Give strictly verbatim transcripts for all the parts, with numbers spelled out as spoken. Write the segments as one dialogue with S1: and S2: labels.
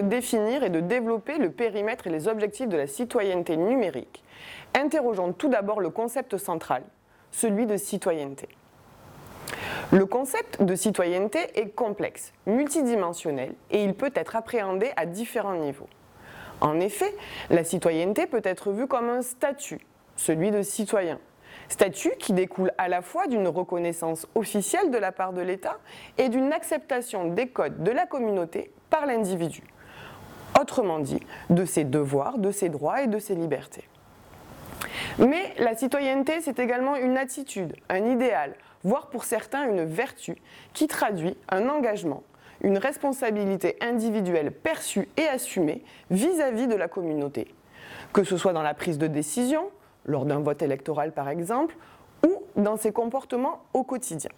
S1: définir et de développer le périmètre et les objectifs de la citoyenneté numérique. Interrogeons tout d'abord le concept central, celui de citoyenneté. Le concept de citoyenneté est complexe, multidimensionnel et il peut être appréhendé à différents niveaux. En effet, la citoyenneté peut être vue comme un statut, celui de citoyen. Statut qui découle à la fois d'une reconnaissance officielle de la part de l'État et d'une acceptation des codes de la communauté par l'individu. Autrement dit, de ses devoirs, de ses droits et de ses libertés. Mais la citoyenneté, c'est également une attitude, un idéal, voire pour certains une vertu, qui traduit un engagement, une responsabilité individuelle perçue et assumée vis-à-vis de la communauté, que ce soit dans la prise de décision, lors d'un vote électoral par exemple, ou dans ses comportements au quotidien.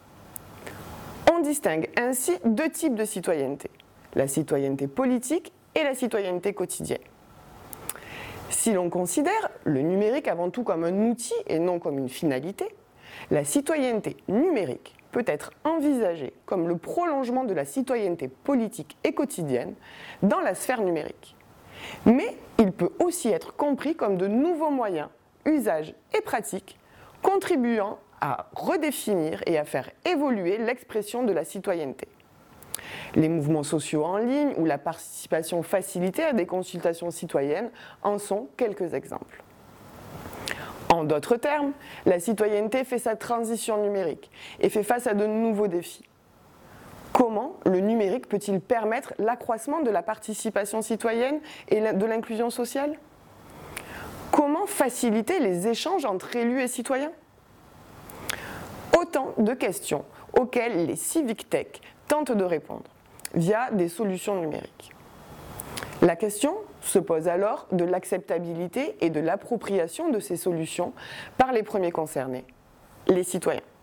S1: On distingue ainsi deux types de citoyenneté, la citoyenneté politique et la citoyenneté quotidienne. Si l'on considère le numérique avant tout comme un outil et non comme une finalité, la citoyenneté numérique peut être envisagée comme le prolongement de la citoyenneté politique et quotidienne dans la sphère numérique. Mais il peut aussi être compris comme de nouveaux moyens, usages et pratiques contribuant à redéfinir et à faire évoluer l'expression de la citoyenneté. Les mouvements sociaux en ligne ou la participation facilitée à des consultations citoyennes en sont quelques exemples. En d'autres termes, la citoyenneté fait sa transition numérique et fait face à de nouveaux défis. Comment le numérique peut-il permettre l'accroissement de la participation citoyenne et de l'inclusion sociale ? Comment faciliter les échanges entre élus et citoyens ? Autant de questions auxquelles les civic tech tentent de répondre via des solutions numériques. La question se pose alors de l'acceptabilité et de l'appropriation de ces solutions par les premiers concernés, les citoyens.